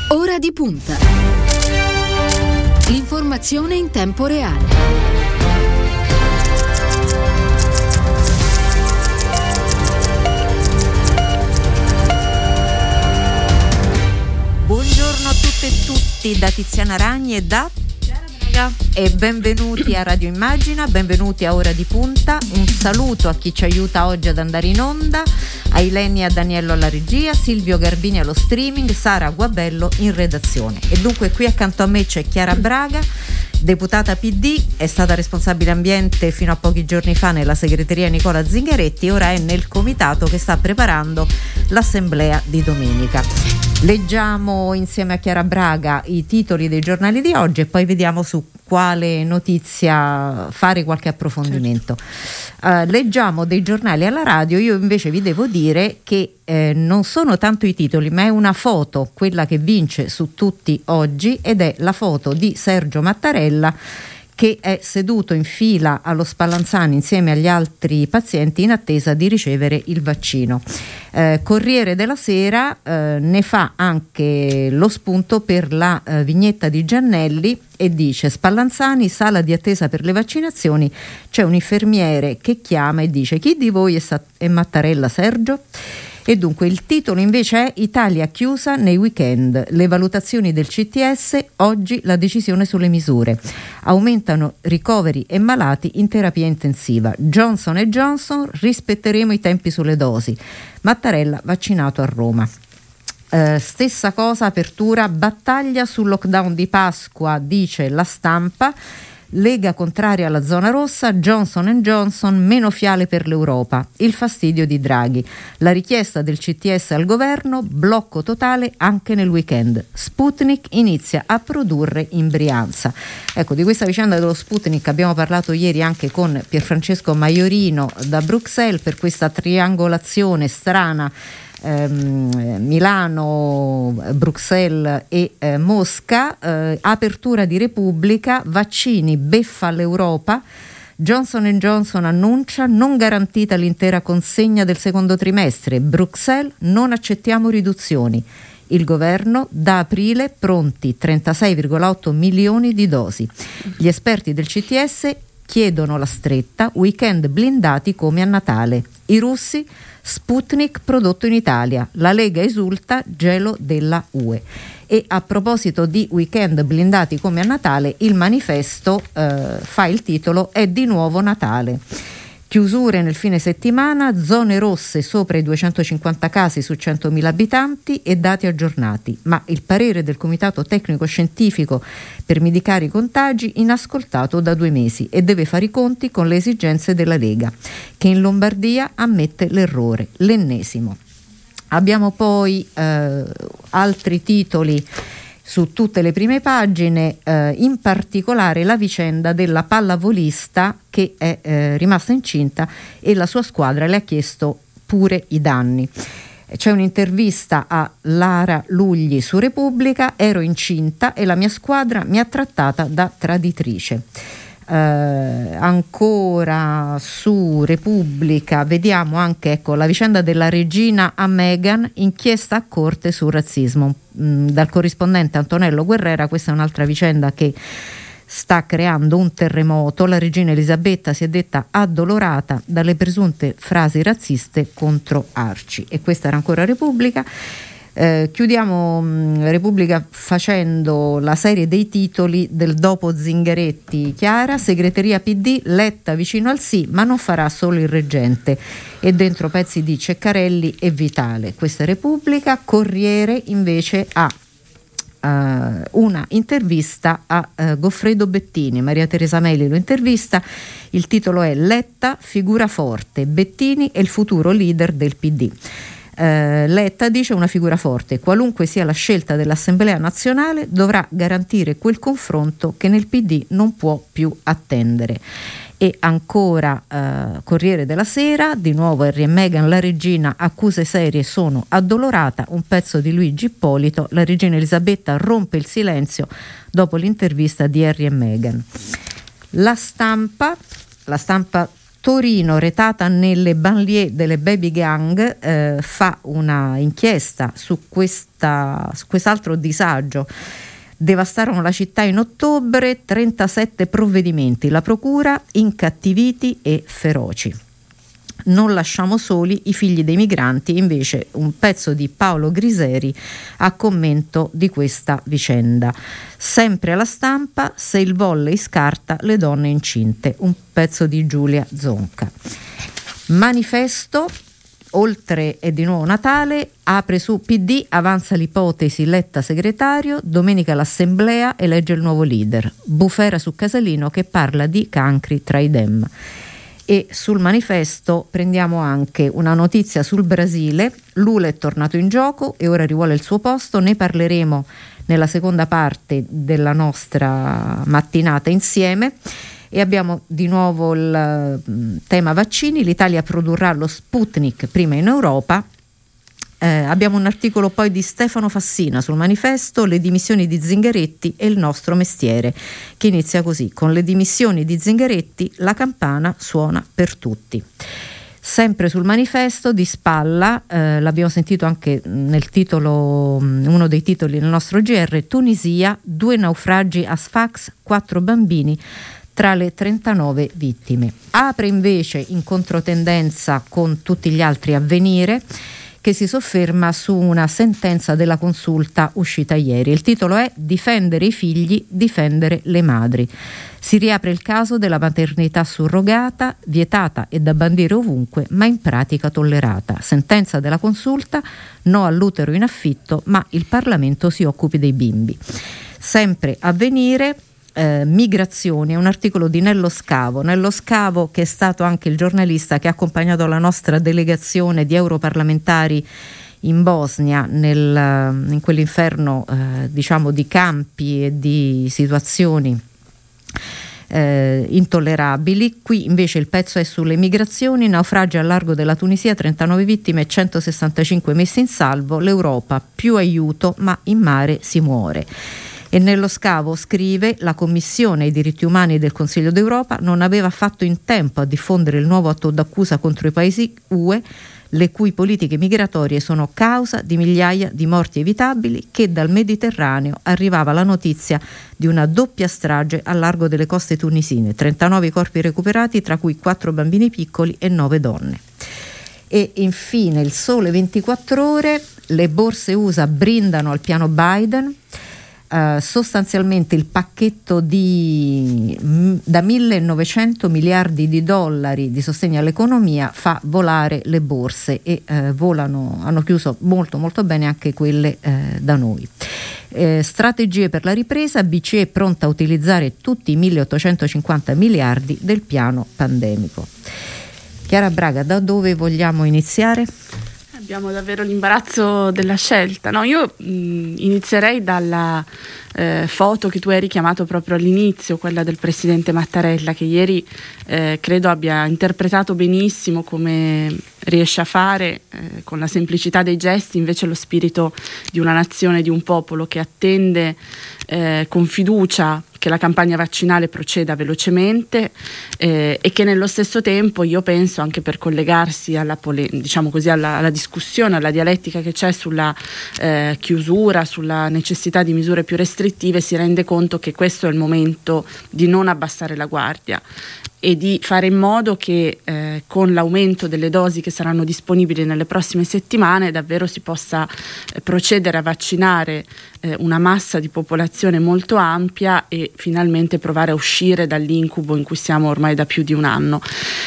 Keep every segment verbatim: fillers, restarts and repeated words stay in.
Ora di punta. L'informazione in tempo reale. Buongiorno a tutte e tutti da Tiziana Ragni e da e benvenuti a Radio Immagina, benvenuti a Ora di Punta. Un saluto a chi ci aiuta oggi ad andare in onda, a Ilenia e Daniello alla regia, Silvio Garbini allo streaming, Sara Guabello in redazione. E dunque qui accanto a me c'è Chiara Braga, deputata P D, è stata responsabile ambiente fino a pochi giorni fa nella segreteria Nicola Zingaretti, ora è nel comitato che sta preparando l'assemblea di domenica. Leggiamo insieme a Chiara Braga i titoli dei giornali di oggi e poi vediamo su quale notizia fare qualche approfondimento. Uh, leggiamo dei giornali alla radio, io invece vi devo dire che eh, non sono tanto i titoli, ma è una foto, quella che vince su tutti oggi, ed è la foto di Sergio Mattarella, che è seduto in fila allo Spallanzani insieme agli altri pazienti in attesa di ricevere il vaccino. Eh, Corriere della Sera eh, ne fa anche lo spunto per la eh, vignetta di Giannelli e dice: Spallanzani, sala di attesa per le vaccinazioni, c'è un infermiere che chiama e dice: chi di voi è, Sa- è Mattarella Sergio? E dunque il titolo invece è: Italia chiusa nei weekend, le valutazioni del C T S, oggi la decisione sulle misure. Aumentano ricoveri e malati in terapia intensiva. Johnson and Johnson, rispetteremo i tempi sulle dosi. Mattarella vaccinato a Roma. Eh, stessa cosa, apertura, battaglia sul lockdown di Pasqua, dice La Stampa. Lega contraria alla zona rossa, Johnson and Johnson, meno fiale per l'Europa, il fastidio di Draghi, la richiesta del C T S al governo, blocco totale anche nel weekend, Sputnik inizia a produrre in Brianza. Ecco, di questa vicenda dello Sputnik abbiamo parlato ieri anche con Pierfrancesco Maiorino da Bruxelles per questa triangolazione strana, Ehm, Milano, Bruxelles e eh, Mosca. eh, apertura di Repubblica, vaccini, beffa all'Europa, Johnson and Johnson annuncia non garantita l'intera consegna del secondo trimestre, Bruxelles non accettiamo riduzioni, il governo da aprile pronti trentasei virgola otto milioni di dosi, gli esperti del C T S chiedono la stretta, weekend blindati come a Natale, i russi Sputnik prodotto in Italia, la Lega esulta, gelo della U E. E a proposito di weekend blindati come a Natale, il Manifesto eh, fa il titolo È di nuovo Natale. Chiusure nel fine settimana, zone rosse sopra i duecentocinquanta casi su centomila abitanti e dati aggiornati, ma il parere del Comitato Tecnico Scientifico per mitigare i contagi inascoltato da due mesi e deve fare i conti con le esigenze della Lega, che in Lombardia ammette l'errore, l'ennesimo. Abbiamo poi eh, altri titoli su tutte le prime pagine, eh, in particolare la vicenda della pallavolista che è eh, rimasta incinta e la sua squadra le ha chiesto pure i danni. C'è un'intervista a Lara Lugli su Repubblica: ero incinta e la mia squadra mi ha trattata da traditrice. Eh, ancora su Repubblica vediamo anche, ecco, la vicenda della regina a Meghan, inchiesta a corte sul razzismo. Mm, dal corrispondente Antonello Guerrera, questa è un'altra vicenda che sta creando un terremoto. La regina Elisabetta si è detta addolorata dalle presunte frasi razziste contro Arci, e questa era ancora Repubblica. Eh, chiudiamo mh, Repubblica facendo la serie dei titoli del dopo Zingaretti. Chiara, segreteria P D, Letta vicino al sì, ma non farà solo il reggente, e dentro pezzi di Ceccarelli e Vitale. Questa è Repubblica. Corriere invece ha Uh, una intervista a uh, Goffredo Bettini. Maria Teresa Meli lo intervista, il titolo è Letta figura forte, Bettini è il futuro leader del P D. Uh, Letta dice: una figura forte, qualunque sia la scelta dell'Assemblea nazionale dovrà garantire quel confronto che nel P D non può più attendere. E ancora eh, Corriere della Sera, di nuovo Harry e Meghan, la regina, accuse serie, sono addolorata, un pezzo di Luigi Ippolito, la regina Elisabetta rompe il silenzio dopo l'intervista di Harry e Meghan. La Stampa, la Stampa Torino, retata nelle banlieue delle baby gang, eh, fa una inchiesta su, questa, su quest'altro disagio. Devastarono la città in ottobre, trentasette provvedimenti, la procura, incattiviti e feroci. Non lasciamo soli i figli dei migranti, invece un pezzo di Paolo Griseri a commento di questa vicenda. Sempre alla Stampa, se il volley scarta le donne incinte, un pezzo di Giulia Zonca. Manifesto, oltre e di nuovo Natale, apre su P D, avanza l'ipotesi Letta segretario, domenica l'assemblea elegge il nuovo leader. Bufera su Casalino che parla di cancri tra i Dem. E sul Manifesto prendiamo anche una notizia sul Brasile. Lula è tornato in gioco e ora rivuole il suo posto, ne parleremo nella seconda parte della nostra mattinata insieme. E abbiamo di nuovo il tema vaccini. L'Italia produrrà lo Sputnik prima in Europa. Eh, abbiamo un articolo poi di Stefano Fassina sul Manifesto, le dimissioni di Zingaretti e il nostro mestiere, che inizia così: con le dimissioni di Zingaretti la campana suona per tutti. Sempre sul Manifesto di Spalla, eh, l'abbiamo sentito anche nel titolo, uno dei titoli del nostro G R, Tunisia, due naufragi a Sfax, quattro bambini tra le trentanove vittime. Apre invece in controtendenza con tutti gli altri Avvenire, che si sofferma su una sentenza della Consulta uscita ieri. Il titolo è Difendere i figli, difendere le madri. Si riapre il caso della maternità surrogata, vietata e da bandire ovunque, ma in pratica tollerata. Sentenza della Consulta, no all'utero in affitto, ma il Parlamento si occupi dei bimbi. Sempre Avvenire, Eh, migrazioni, è un articolo di Nello Scavo. Nello Scavo, che è stato anche il giornalista che ha accompagnato la nostra delegazione di europarlamentari in Bosnia, nel, in quell'inferno eh, diciamo di campi e di situazioni eh, intollerabili. Qui invece il pezzo è sulle migrazioni, naufragi al largo della Tunisia, trentanove vittime e centosessantacinque messi in salvo, l'Europa più aiuto ma in mare si muore. E Nello Scavo scrive: la Commissione ai diritti umani del Consiglio d'Europa non aveva fatto in tempo a diffondere il nuovo atto d'accusa contro i paesi U E, le cui politiche migratorie sono causa di migliaia di morti evitabili, che dal Mediterraneo arrivava la notizia di una doppia strage al largo delle coste tunisine, trentanove corpi recuperati, tra cui quattro bambini piccoli e nove donne. E infine Il Sole ventiquattro Ore, le borse U S A brindano al piano Biden. Uh, sostanzialmente il pacchetto di m, da millenovecento miliardi di dollari di sostegno all'economia fa volare le borse e uh, volano, hanno chiuso molto molto bene anche quelle uh, da noi. Eh, strategie per la ripresa, B C E pronta a utilizzare tutti i milleottocentocinquanta miliardi del piano pandemico. Chiara Braga, da dove vogliamo iniziare? Abbiamo davvero l'imbarazzo della scelta, no? Io mh, inizierei dalla eh, foto che tu hai richiamato proprio all'inizio, quella del presidente Mattarella, che ieri eh, credo abbia interpretato benissimo, come riesce a fare eh, con la semplicità dei gesti, invece lo spirito di una nazione, di un popolo che attende eh, con fiducia che la campagna vaccinale proceda velocemente eh, e che nello stesso tempo, io penso, anche per collegarsi alla, pole- diciamo così, alla, alla discussione, alla dialettica che c'è sulla eh, chiusura, sulla necessità di misure più restrittive, si rende conto che questo è il momento di non abbassare la guardia e di fare in modo che eh, con l'aumento delle dosi che saranno disponibili nelle prossime settimane davvero si possa eh, procedere a vaccinare eh, una massa di popolazione molto ampia e finalmente provare a uscire dall'incubo in cui siamo ormai da più di un anno.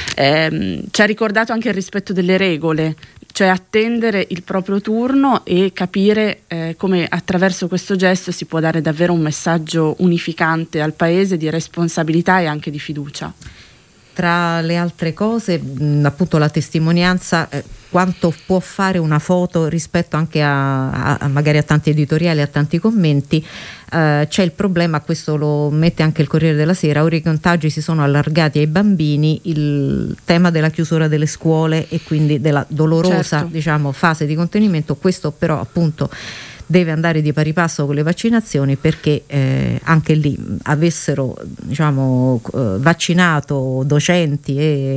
Eh, ci ha ricordato anche il rispetto delle regole, cioè attendere il proprio turno e capire eh, come attraverso questo gesto si può dare davvero un messaggio unificante al Paese di responsabilità e anche di fiducia. Tra le altre cose, mh, appunto la testimonianza, eh, quanto può fare una foto rispetto anche a, a magari a tanti editoriali, a tanti commenti. Eh, c'è il problema, questo lo mette anche il Corriere della Sera, ora i contagi si sono allargati ai bambini, il tema della chiusura delle scuole e quindi della dolorosa certo. diciamo, fase di contenimento. Questo però appunto deve andare di pari passo con le vaccinazioni, perché eh, anche lì avessero diciamo eh, vaccinato docenti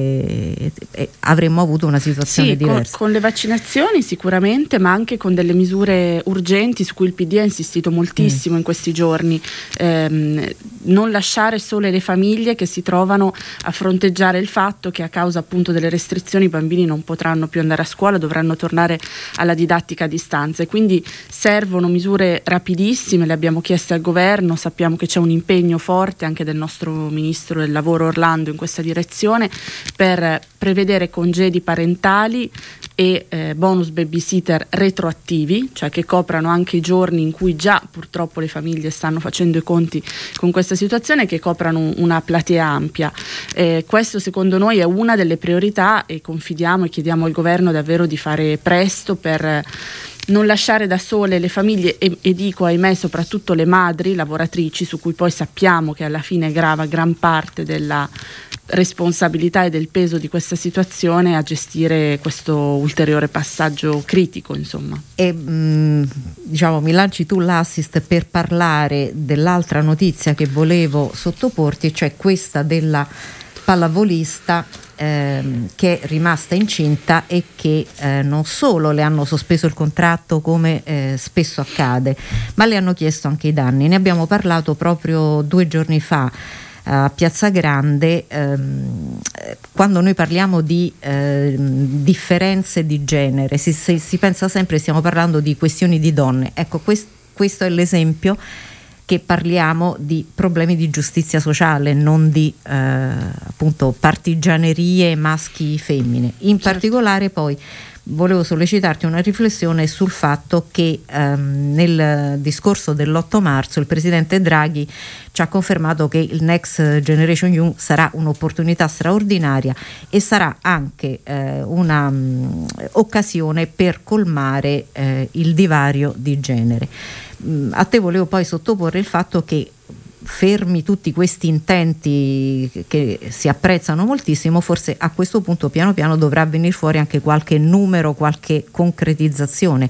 e, e, e avremmo avuto una situazione sì, diversa. Con, con le vaccinazioni sicuramente, ma anche con delle misure urgenti su cui il P D ha insistito moltissimo mm. in questi giorni. Ehm, non lasciare sole le famiglie che si trovano a fronteggiare il fatto che a causa appunto delle restrizioni i bambini non potranno più andare a scuola, dovranno tornare alla didattica a distanza, e quindi servono misure rapidissime. Le abbiamo chieste al governo, sappiamo che c'è un impegno forte anche del nostro ministro del lavoro Orlando in questa direzione, per prevedere congedi parentali e eh, bonus babysitter retroattivi, cioè che coprano anche i giorni in cui già purtroppo le famiglie stanno facendo i conti con questa situazione, che coprano una platea ampia. Eh, questo secondo noi è una delle priorità, e confidiamo e chiediamo al governo davvero di fare presto per non lasciare da sole le famiglie e, e dico ahimè soprattutto le madri lavoratrici, su cui poi sappiamo che alla fine grava gran parte della responsabilità e del peso di questa situazione, a gestire questo ulteriore passaggio critico, insomma. E mh, diciamo mi lanci tu l'assist per parlare dell'altra notizia che volevo sottoporti, cioè questa della pallavolista ehm, che è rimasta incinta e che eh, non solo le hanno sospeso il contratto come eh, spesso accade, ma le hanno chiesto anche i danni. Ne abbiamo parlato proprio due giorni fa a Piazza Grande. Ehm, quando noi parliamo di eh, differenze di genere si, si, si pensa sempre stiamo parlando di questioni di donne. Ecco, quest, questo è l'esempio che parliamo di problemi di giustizia sociale, non di eh, appunto partigianerie maschi-femmine. In certo. particolare poi volevo sollecitarti una riflessione sul fatto che ehm, nel discorso dell'otto marzo il presidente Draghi ci ha confermato che il Next Generation E U sarà un'opportunità straordinaria e sarà anche eh, una um, occasione per colmare eh, il divario di genere. Mm, a te volevo poi sottoporre il fatto che, fermi tutti questi intenti che si apprezzano moltissimo, forse a questo punto piano piano dovrà venire fuori anche qualche numero, qualche concretizzazione.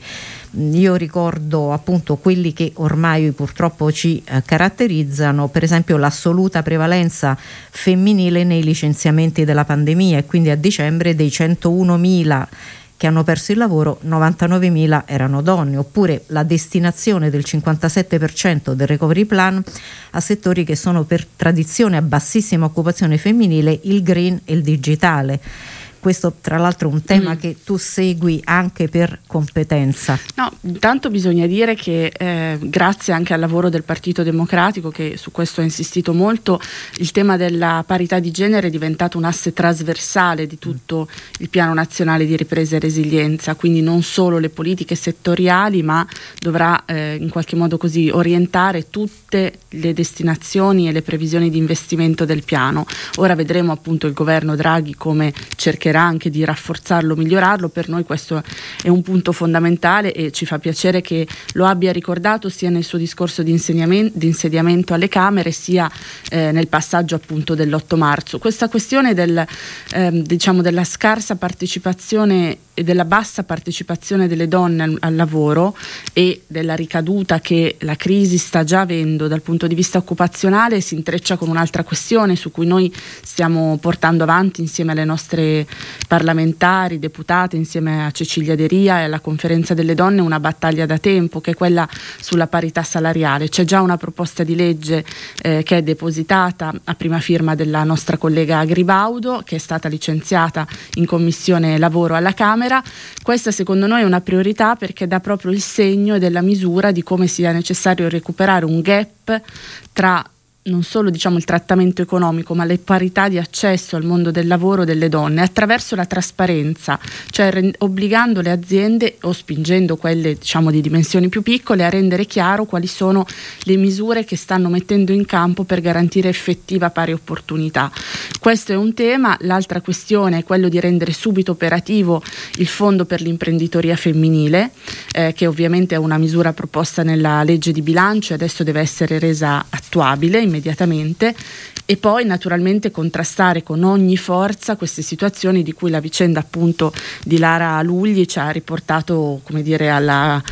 Io ricordo appunto quelli che ormai purtroppo ci eh, caratterizzano, per esempio l'assoluta prevalenza femminile nei licenziamenti della pandemia, e quindi a dicembre dei centounomila che hanno perso il lavoro novantanovemila erano donne, oppure la destinazione del cinquantasette per cento del recovery plan a settori che sono per tradizione a bassissima occupazione femminile, il green e il digitale. Questo tra l'altro è un tema mm. che tu segui anche per competenza. No, intanto bisogna dire che eh, grazie anche al lavoro del Partito Democratico, che su questo ha insistito molto, il tema della parità di genere è diventato un asse trasversale di tutto il Piano Nazionale di Ripresa e Resilienza, quindi non solo le politiche settoriali, ma dovrà eh, in qualche modo così orientare tutte le destinazioni e le previsioni di investimento del piano. Ora vedremo appunto il governo Draghi come cercherà anche di rafforzarlo, migliorarlo. Per noi questo è un punto fondamentale e ci fa piacere che lo abbia ricordato sia nel suo discorso di, di insediamento alle Camere, sia eh, nel passaggio appunto dell'otto marzo. Questa questione del, eh, diciamo della scarsa partecipazione e della bassa partecipazione delle donne al, al lavoro e della ricaduta che la crisi sta già avendo dal punto di vista occupazionale si intreccia con un'altra questione su cui noi stiamo portando avanti insieme alle nostre parlamentari, deputate, insieme a Cecilia De Ria e alla Conferenza delle Donne, una battaglia da tempo, che è quella sulla parità salariale. C'è già una proposta di legge eh, che è depositata a prima firma della nostra collega Gribaudo, che è stata licenziata in Commissione Lavoro alla Camera. Questa secondo noi è una priorità perché dà proprio il segno della misura di come sia necessario recuperare un gap tra non solo diciamo il trattamento economico, ma le parità di accesso al mondo del lavoro delle donne attraverso la trasparenza, cioè rend- obbligando le aziende o spingendo quelle diciamo di dimensioni più piccole a rendere chiaro quali sono le misure che stanno mettendo in campo per garantire effettiva pari opportunità. Questo è un tema. L'altra questione è quello di rendere subito operativo il fondo per l'imprenditoria femminile, eh, che ovviamente è una misura proposta nella legge di bilancio e adesso deve essere resa attuabile immediatamente, e poi naturalmente contrastare con ogni forza queste situazioni di cui la vicenda appunto di Lara Lugli ci ha riportato, come dire, alla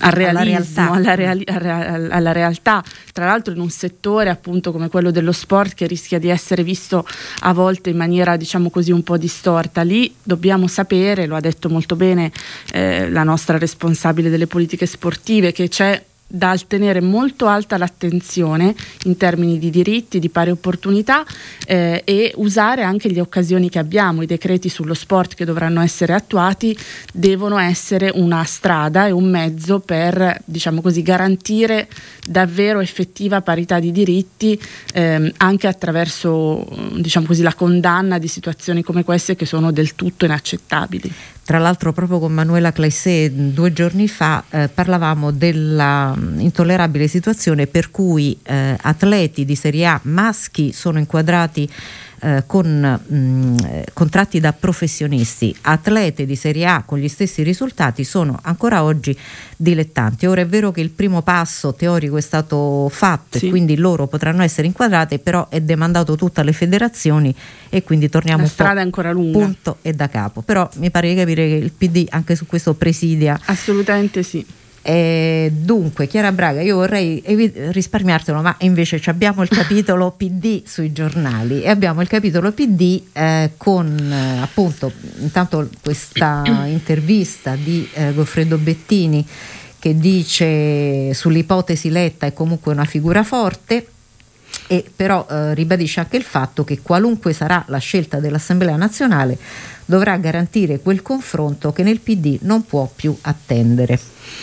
al realismo, alla, reali- alla realtà, tra l'altro in un settore appunto come quello dello sport che rischia di essere visto a volte in maniera diciamo così un po' distorta. Lì dobbiamo sapere, lo ha detto molto bene eh, la nostra responsabile delle politiche sportive, che c'è da tenere molto alta l'attenzione in termini di diritti, di pari opportunità eh, e usare anche le occasioni che abbiamo. I decreti sullo sport che dovranno essere attuati devono essere una strada e un mezzo per, diciamo così, garantire davvero effettiva parità di diritti ehm, anche attraverso, diciamo così, la condanna di situazioni come queste che sono del tutto inaccettabili. Tra l'altro proprio con Manuela Claissé due giorni fa eh, parlavamo della intollerabile situazione per cui eh, atleti di Serie A maschi sono inquadrati eh, con mh, contratti da professionisti, atlete di Serie A con gli stessi risultati sono ancora oggi dilettanti. Ora è vero che il primo passo teorico è stato fatto sì. e quindi loro potranno essere inquadrate, però è demandato tutto alle federazioni e quindi torniamo la un strada po' è ancora lunga, punto e da capo. Però mi pare di capire che il P D anche su questo presidia. Assolutamente sì. Eh, dunque Chiara Braga, io vorrei evi- risparmiartelo, ma invece abbiamo il capitolo P D sui giornali e abbiamo il capitolo P D eh, con eh, appunto intanto questa intervista di eh, Goffredo Bettini che dice sull'ipotesi Letta è comunque una figura forte, e però eh, ribadisce anche il fatto che qualunque sarà la scelta dell'Assemblea nazionale dovrà garantire quel confronto che nel P D non può più attendere.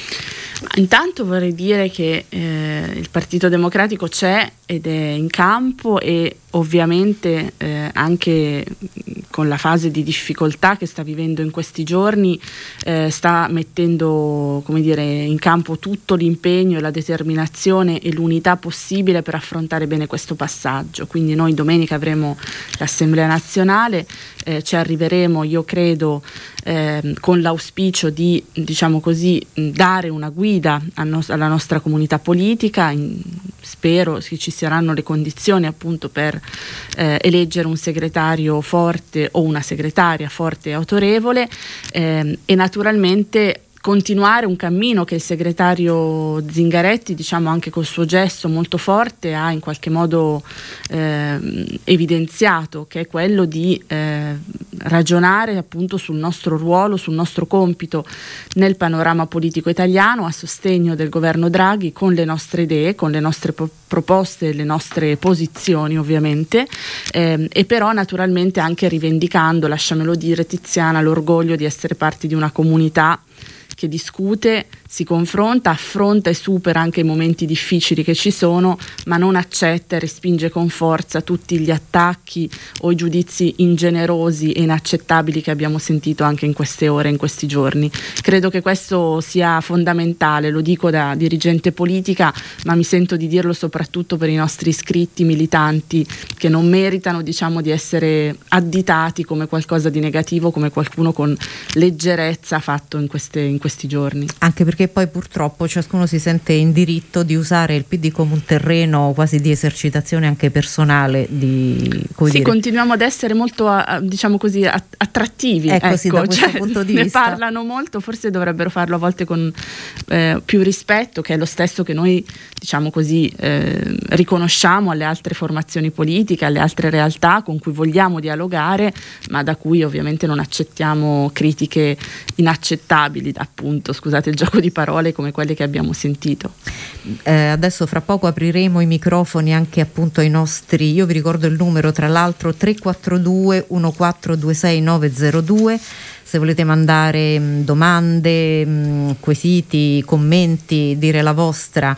Intanto vorrei dire che eh, il Partito Democratico c'è ed è in campo e ovviamente eh, anche con la fase di difficoltà che sta vivendo in questi giorni eh, sta mettendo, come dire, in campo tutto l'impegno e la determinazione e l'unità possibile per affrontare bene questo passaggio. Quindi noi domenica avremo l'Assemblea nazionale, eh, ci arriveremo, io credo, eh, con l'auspicio di, diciamo così, dare una guida a no- alla nostra comunità politica. In, spero che ci saranno le condizioni appunto per eh, eleggere un segretario forte o una segretaria forte e autorevole eh, e naturalmente continuare un cammino che il segretario Zingaretti, diciamo anche col suo gesto molto forte, ha in qualche modo eh, evidenziato, che è quello di eh, ragionare appunto sul nostro ruolo, sul nostro compito nel panorama politico italiano a sostegno del governo Draghi, con le nostre idee, con le nostre pro- proposte, le nostre posizioni ovviamente, eh, e però naturalmente anche rivendicando, lasciamelo dire Tiziana, l'orgoglio di essere parte di una comunità che discute, si confronta, affronta e supera anche i momenti difficili che ci sono, ma non accetta e respinge con forza tutti gli attacchi o i giudizi ingenerosi e inaccettabili che abbiamo sentito anche in queste ore, in questi giorni. Credo che questo sia fondamentale, lo dico da dirigente politica, ma mi sento di dirlo soprattutto per i nostri iscritti militanti che non meritano, diciamo, di essere additati come qualcosa di negativo, come qualcuno con leggerezza ha fatto in queste in questi giorni. Anche perché poi purtroppo ciascuno si sente in diritto di usare il P D come un terreno quasi di esercitazione anche personale di, come sì, dire. Continuiamo ad essere molto diciamo così attrattivi, ecco, sì, ecco, da questo cioè, punto di ne vista parlano molto, forse dovrebbero farlo a volte con eh, più rispetto, che è lo stesso che noi, diciamo così, eh, riconosciamo alle altre formazioni politiche, alle altre realtà con cui vogliamo dialogare, ma da cui ovviamente non accettiamo critiche inaccettabili, appunto, scusate il gioco di parole, come quelle che abbiamo sentito. Eh, adesso fra poco apriremo i microfoni anche appunto ai nostri, io vi ricordo il numero tra l'altro tre quattro due uno quattro due sei nove zero due, se volete mandare mh, domande, mh, quesiti, commenti, dire la vostra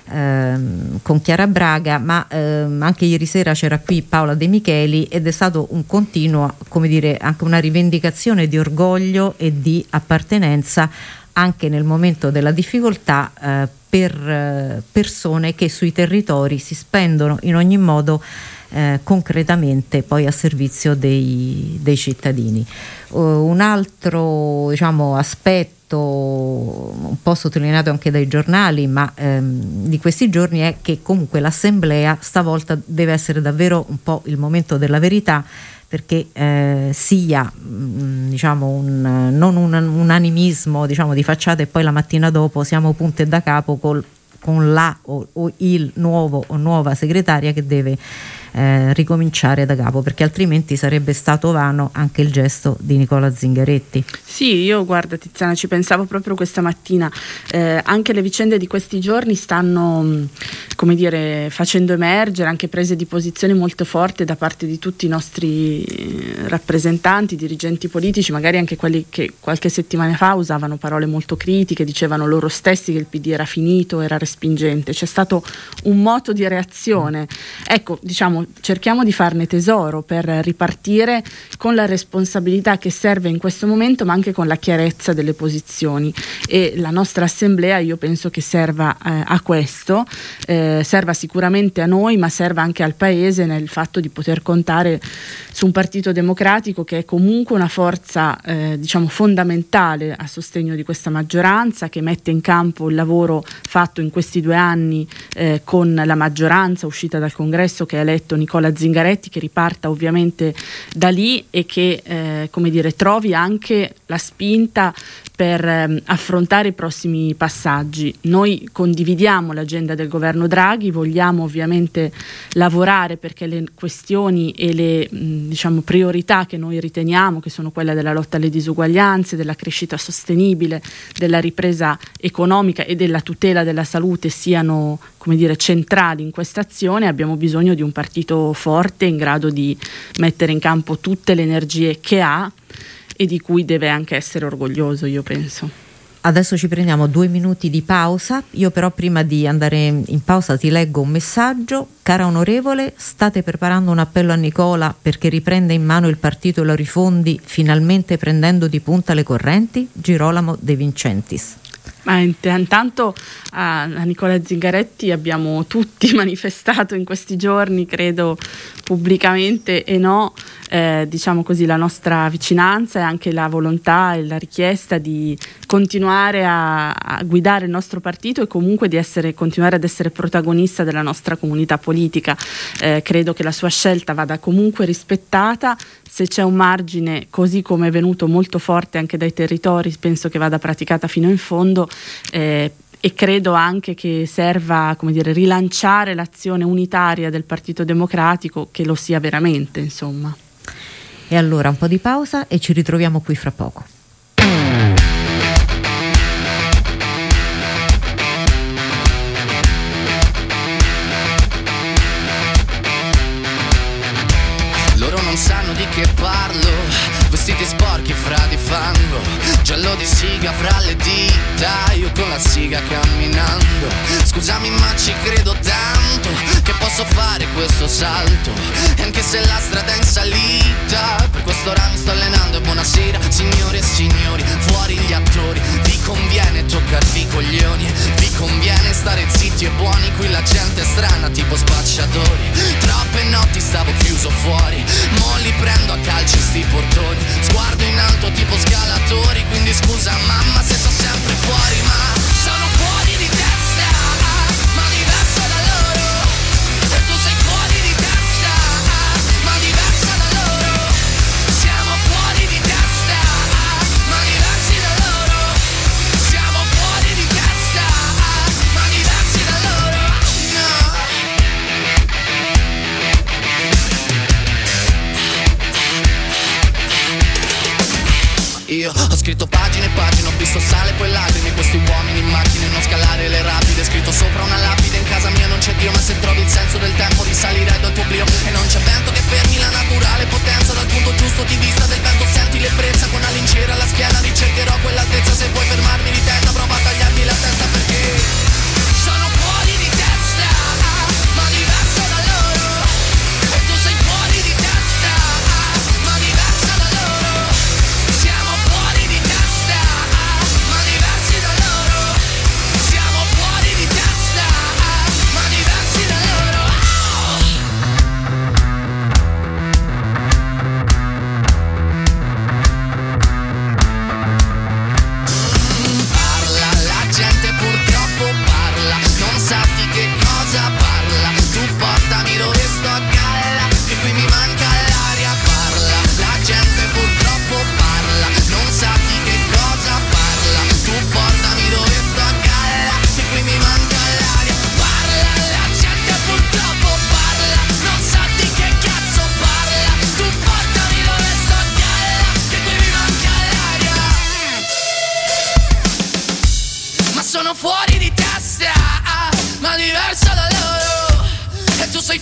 ehm, con Chiara Braga, ma ehm, anche ieri sera c'era qui Paola De Micheli ed è stato un continuo, come dire, anche una rivendicazione di orgoglio e di appartenenza anche nel momento della difficoltà eh, per eh, persone che sui territori si spendono in ogni modo eh, concretamente poi a servizio dei, dei cittadini. Uh, un altro, diciamo, aspetto un po' sottolineato anche dai giornali, ma ehm, di questi giorni, è che comunque l'assemblea stavolta deve essere davvero un po' il momento della verità, perché eh, sia mh, diciamo un, non un, un animismo diciamo di facciata e poi la mattina dopo siamo punte da capo col, con la o, o il nuovo o nuova segretaria che deve eh, ricominciare da capo, perché altrimenti sarebbe stato vano anche il gesto di Nicola Zingaretti. Sì, io guarda Tiziana, ci pensavo proprio questa mattina, eh, anche le vicende di questi giorni stanno come dire facendo emergere anche prese di posizione molto forti da parte di tutti i nostri rappresentanti, dirigenti politici, magari anche quelli che qualche settimana fa usavano parole molto critiche, dicevano loro stessi che il P D era finito, era respingente. C'è stato un moto di reazione, ecco, diciamo cerchiamo di farne tesoro per ripartire con la responsabilità che serve in questo momento, ma anche con la chiarezza delle posizioni, e la nostra assemblea io penso che serva eh, a questo, eh, serva sicuramente a noi, ma serva anche al Paese nel fatto di poter contare su un partito democratico che è comunque una forza eh, diciamo fondamentale a sostegno di questa maggioranza, che mette in campo il lavoro fatto in questi due anni eh, con la maggioranza uscita dal Congresso che ha eletto Nicola Zingaretti, che riparta ovviamente da lì e che eh, come dire trovi anche la spinta per eh, affrontare i prossimi passaggi. Noi condividiamo l'agenda del governo Draghi, vogliamo ovviamente lavorare perché le questioni e le mh, diciamo priorità che noi riteniamo, che sono quelle della lotta alle disuguaglianze, della crescita sostenibile, della ripresa economica e della tutela della salute, siano come dire centrali in questa azione. Abbiamo bisogno di un partito forte in grado di mettere in campo tutte le energie che ha e di cui deve anche essere orgoglioso, io penso. Adesso ci prendiamo due minuti di pausa. Io però prima di andare in pausa ti leggo un messaggio. Cara onorevole, state preparando un appello a Nicola perché riprenda in mano il partito e lo rifondi, finalmente prendendo di punta le correnti? Girolamo De Vincentis. Ma intanto a Nicola Zingaretti abbiamo tutti manifestato in questi giorni, credo pubblicamente e no, eh, diciamo così, la nostra vicinanza e anche la volontà e la richiesta di continuare a, a guidare il nostro partito e comunque di essere, continuare ad essere protagonista della nostra comunità politica. Eh, credo che la sua scelta vada comunque rispettata. Se c'è un margine, così come è venuto molto forte anche dai territori, penso che vada praticata fino in fondo, eh, e credo anche che serva, come dire, rilanciare l'azione unitaria del Partito Democratico, che lo sia veramente, insomma. E allora un po' di pausa e ci ritroviamo qui fra poco. Loro non sanno di che parlo, vestiti sporchi fra di fango, giallo di siga fra le dita, io con la siga camminando. Scusami ma ci credo tanto che posso fare questo salto, e anche se la strada è in salita, per quest'ora mi sto allenando. E buonasera signore e signori, fuori gli attori, vi conviene toccarvi i coglioni, vi conviene stare zitti e buoni, qui la gente è strana tipo spacciatori. Troppe notti stavo chiuso fuori, mo li prendo a calci sti portoni, sguardo in alto tipo scalatori, quindi scusa mamma se sto sempre fuori, ma sono fuori di testa, ma diverso da loro, e tu sei fuori di testa, ma diversa da loro, siamo fuori di testa, ma diversi da loro, siamo fuori di testa, ma diversi da loro, no. Io ho scritto pagine e pagine, ho visto sale e poi lacrime, questi uomini in macchine, non scalare le rapide, scritto sopra una lapide, in casa mia non c'è Dio, ma se trovi il senso del tempo risalirai dal tuo oblio, e non c'è vento che fermi la naturale potenza, dal punto giusto di vista del vento senti l'ebbrezza, con la lincera alla schiena ricercherò quell'altezza, se vuoi fermarmi di testa prova a tagliarmi la testa, perché sono fuori di testa, ma diverso da loro, e tu sei fuori di testa, ma diversa da loro, siamo fuori di testa, ma diversi da loro, siamo fuori di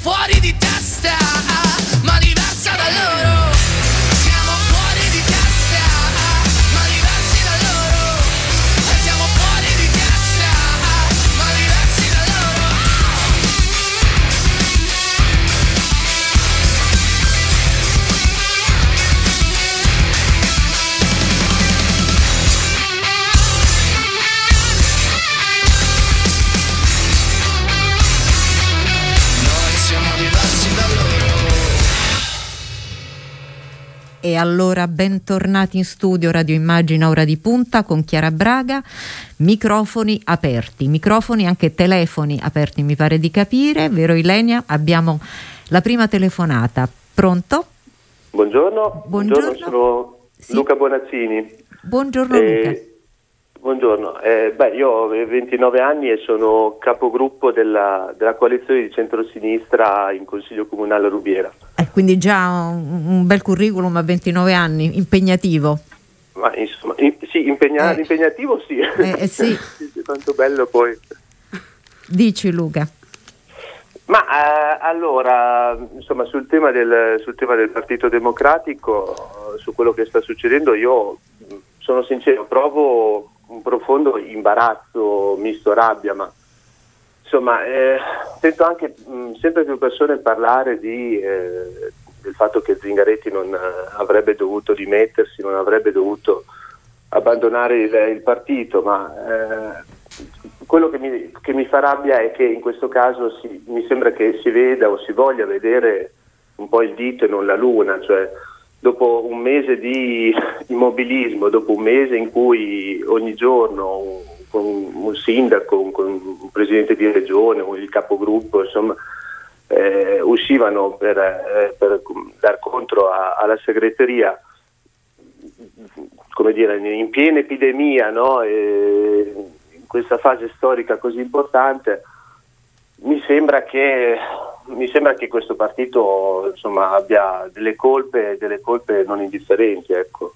fuori di testa, ma diversa da loro. Siamo fuori di testa, ma diversi da loro. Siamo fuori di testa, ma diversi da loro. Noi siamo diversi da loro. E allora bentornati in studio Radio Immagina, ora di punta con Chiara Braga, microfoni aperti, microfoni anche telefoni aperti, mi pare di capire, vero Ilenia? Abbiamo la prima telefonata, pronto? Buongiorno, Buongiorno. buongiorno, sono Sì. Luca Bonazzini. Buongiorno Eh, Luca. Buongiorno, eh, beh, io ho ventinove anni e sono capogruppo della, della coalizione di centrosinistra in Consiglio Comunale a Rubiera. Eh, quindi già un, un bel curriculum a ventinove anni, impegnativo. Ma insomma, in- sì, impegna- Eh. impegnativo sì. Eh, eh, sì. Quanto bello poi. Dici Luca. Ma eh, allora, insomma, sul tema del, sul tema del Partito Democratico, su quello che sta succedendo, io mh, sono sincero, provo un profondo imbarazzo, misto rabbia, ma insomma, eh, sento anche mh, sempre più persone parlare di, eh, del fatto che Zingaretti non eh, avrebbe dovuto dimettersi, non avrebbe dovuto abbandonare il, il partito, ma eh, quello che mi, che mi fa rabbia è che in questo caso si, mi sembra che si veda o si voglia vedere un po' il dito e non la luna, cioè dopo un mese di immobilismo, dopo un mese in cui ogni giorno un, con un sindaco, un, con un presidente di regione o il capogruppo, insomma, eh, uscivano per, eh, per dar contro a, alla segreteria, come dire, in piena epidemia, no? E in questa fase storica così importante, mi sembra che mi sembra che questo partito, insomma, abbia delle colpe, delle colpe non indifferenti, ecco.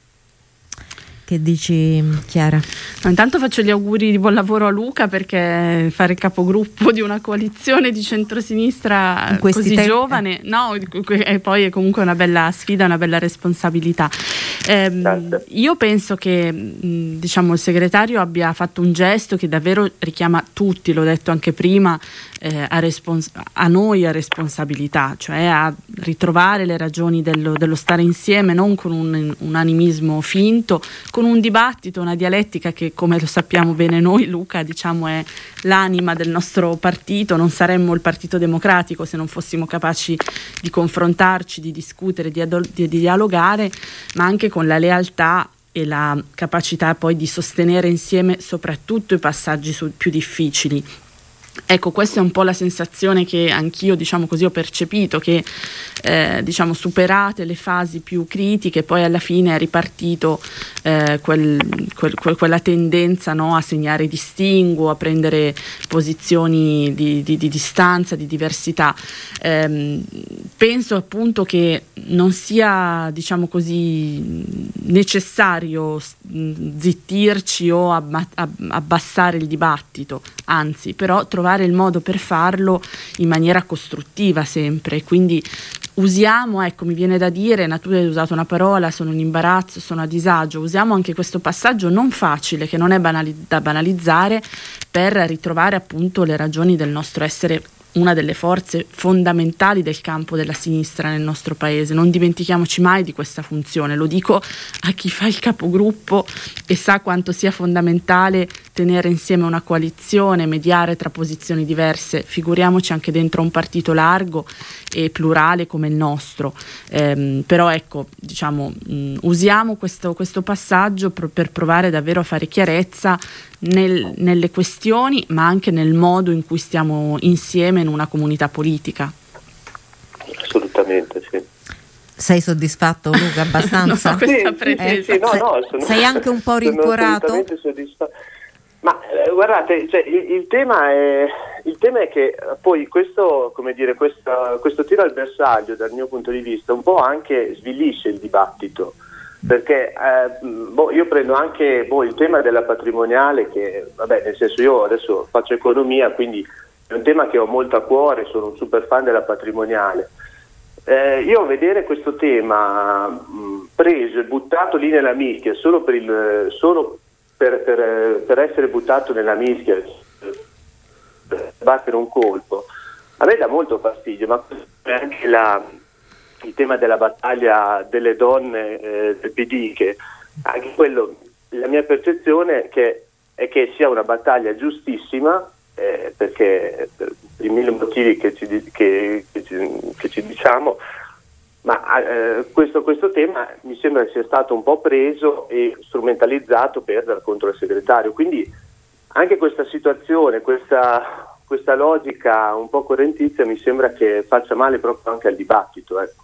Che dici Chiara? No, intanto faccio gli auguri di buon lavoro a Luca, perché fare il capogruppo di una coalizione di centrosinistra In questi così tempi. giovane, no, e poi è comunque una bella sfida, una bella responsabilità. Ehm, Grazie. io penso che mh, diciamo il segretario abbia fatto un gesto che davvero richiama tutti, l'ho detto anche prima, eh, a, respons- a noi a responsabilità, cioè a ritrovare le ragioni dello, dello stare insieme, non con un, un animismo finto, con un dibattito, una dialettica che, come lo sappiamo bene noi, Luca, diciamo è l'anima del nostro partito. Non saremmo il Partito Democratico se non fossimo capaci di confrontarci, di discutere, di, adol- di, di dialogare, ma anche con la lealtà e la capacità poi di sostenere insieme soprattutto i passaggi su- più difficili. Ecco, questa è un po' la sensazione che anch'io, diciamo così, ho percepito, che eh, diciamo superate le fasi più critiche, poi alla fine è ripartito eh, quel, quel, quel, quella tendenza, no, a segnare distinguo, a prendere posizioni di, di, di distanza, di diversità. Ehm, penso appunto che non sia, diciamo così, necessario zittirci o abba- abbassare il dibattito, anzi, però trovare il modo per farlo in maniera costruttiva sempre. Quindi usiamo, ecco, mi viene da dire, Natura hai usato una parola, sono in imbarazzo, sono a disagio, usiamo anche questo passaggio non facile, che non è banali- da banalizzare, per ritrovare appunto le ragioni del nostro essere una delle forze fondamentali del campo della sinistra nel nostro paese. Non dimentichiamoci mai di questa funzione, lo dico a chi fa il capogruppo e sa quanto sia fondamentale tenere insieme una coalizione, mediare tra posizioni diverse, figuriamoci anche dentro un partito largo e plurale come il nostro. Ehm, però ecco, diciamo, mh, usiamo questo, questo passaggio pro- per provare davvero a fare chiarezza nel, nelle questioni, ma anche nel modo in cui stiamo insieme in una comunità politica. Assolutamente, sì. Sei soddisfatto, Luca, abbastanza? No, questa Sì, pretesa. sì, sì, no, sei, no, sono- sei anche un po' sono rincuorato? assolutamente soddisfatto. Ma eh, guardate, cioè, il, il, tema è, il tema è che poi questo, come dire, questa, questo tiro al bersaglio, dal mio punto di vista, un po' anche svilisce il dibattito, perché eh, boh, io prendo anche boh, il tema della patrimoniale, che vabbè, nel senso, io adesso faccio economia, quindi è un tema che ho molto a cuore, sono un super fan della patrimoniale. Eh, io vedere questo tema mh, preso e buttato lì nella mischia solo per, il, solo per, per, per essere buttato nella mischia, per battere un colpo, a me dà molto fastidio, ma è anche la, il tema della battaglia delle donne eh, del P D, che anche quello, la mia percezione che, è che sia una battaglia giustissima, eh, perché per i mille motivi che ci, che, che ci, che ci diciamo, ma eh, questo, questo tema mi sembra che sia stato un po' preso e strumentalizzato per dar contro il segretario, quindi anche questa situazione, questa, questa logica un po' correntizia mi sembra che faccia male proprio anche al dibattito, ecco.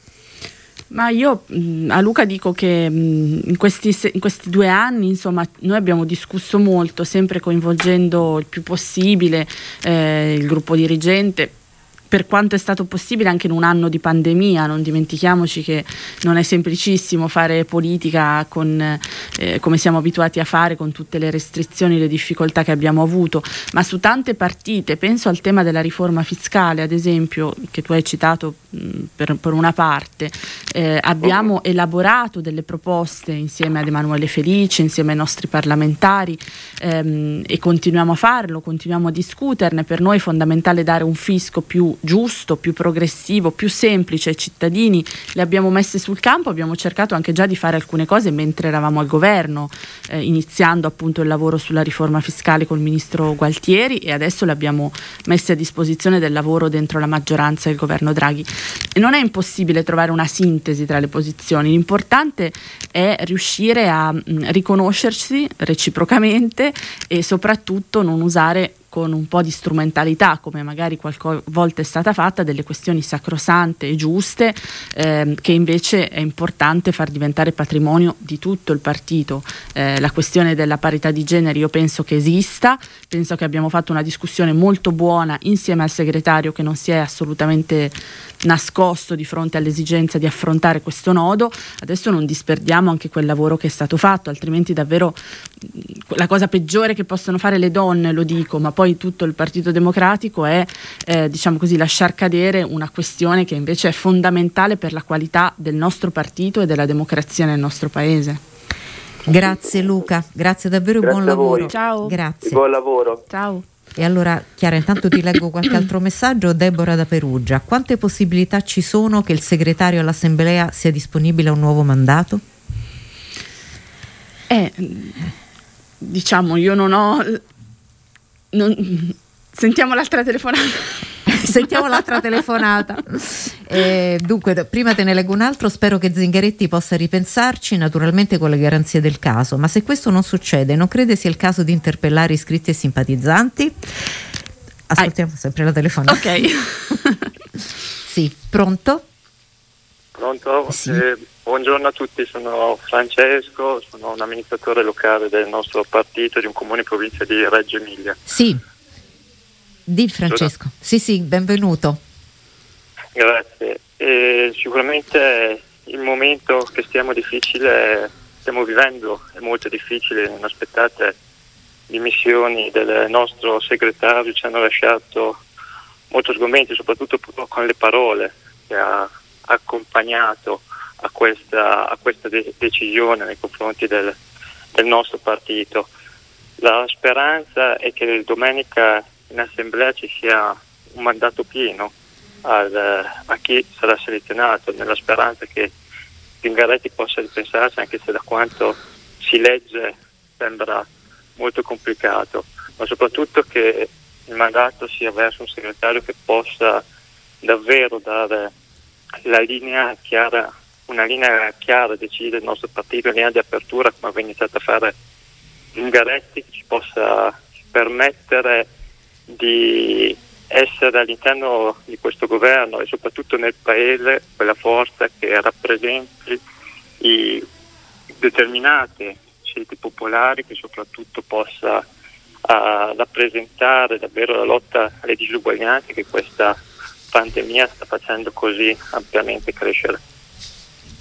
Ma io mh, a Luca dico che mh, in, questi, in questi due anni, insomma, noi abbiamo discusso molto, sempre coinvolgendo il più possibile eh, il gruppo dirigente, per quanto è stato possibile anche in un anno di pandemia. Non dimentichiamoci che non è semplicissimo fare politica con, eh, come siamo abituati a fare, con tutte le restrizioni, le difficoltà che abbiamo avuto, ma su tante partite. Penso al tema della riforma fiscale, ad esempio, che tu hai citato mh, per, per una parte. Eh, abbiamo elaborato delle proposte insieme ad Emanuele Felice, insieme ai nostri parlamentari, ehm, e continuiamo a farlo, continuiamo a discuterne. Per noi è fondamentale dare un fisco più giusto, più progressivo, più semplice ai cittadini. Le abbiamo messe sul campo, abbiamo cercato anche già di fare alcune cose mentre eravamo al governo, eh, iniziando appunto il lavoro sulla riforma fiscale col ministro Gualtieri, e adesso le abbiamo messe a disposizione del lavoro dentro la maggioranza del governo Draghi. E non è impossibile trovare una sintesi tra le posizioni, l'importante è riuscire a mh, riconoscersi reciprocamente e soprattutto non usare con un po' di strumentalità, come magari qualche volta è stata fatta, delle questioni sacrosante e giuste, ehm, che invece è importante far diventare patrimonio di tutto il partito. Eh, la questione della parità di genere io penso che esista, penso che abbiamo fatto una discussione molto buona insieme al segretario, che non si è assolutamente nascosto di fronte all'esigenza di affrontare questo nodo. Adesso non disperdiamo anche quel lavoro che è stato fatto, altrimenti davvero la cosa peggiore che possono fare le donne, lo dico, ma poi tutto il Partito Democratico, è eh, diciamo così, lasciar cadere una questione che invece è fondamentale per la qualità del nostro partito e della democrazia nel nostro paese. Grazie Luca, grazie davvero e buon lavoro. Ciao. Grazie. Buon lavoro. Ciao. E allora Chiara, intanto ti leggo qualche altro messaggio. Deborah da Perugia: quante possibilità ci sono che il segretario all'Assemblea sia disponibile a un nuovo mandato? Eh, diciamo, io non ho... Non... Sentiamo l'altra telefonata. Sentiamo l'altra telefonata. Eh, dunque, prima te ne leggo un altro. Spero che Zingaretti possa ripensarci, naturalmente con le garanzie del caso. Ma se questo non succede, non crede sia il caso di interpellare iscritti e simpatizzanti? Ascoltiamo ah. sempre la telefonata. Ok. Sì, pronto? Pronto? Sì. Eh, buongiorno a tutti, sono Francesco, sono un amministratore locale del nostro partito di un comune in provincia di Reggio Emilia. Sì. Di Francesco. Sì, sì, benvenuto. Grazie. E sicuramente il momento che stiamo difficile, stiamo vivendo è molto difficile, non aspettate dimissioni del nostro segretario, ci hanno lasciato molto sgomenti, soprattutto con le parole che ha accompagnato a questa, a questa de- decisione nei confronti del, del nostro partito. La speranza è che domenica in assemblea ci sia un mandato pieno al, a chi sarà selezionato, nella speranza che Zingaretti possa ripensarsi, anche se da quanto si legge sembra molto complicato, ma soprattutto che il mandato sia verso un segretario che possa davvero dare la linea chiara, una linea chiara, decide il nostro partito, una linea di apertura come aveva iniziato a fare Zingaretti, che ci possa permettere di essere all'interno di questo governo e soprattutto nel paese quella forza che rappresenti i determinate scelte popolari, che soprattutto possa uh, rappresentare davvero la lotta alle disuguaglianze che questa pandemia sta facendo così ampiamente crescere.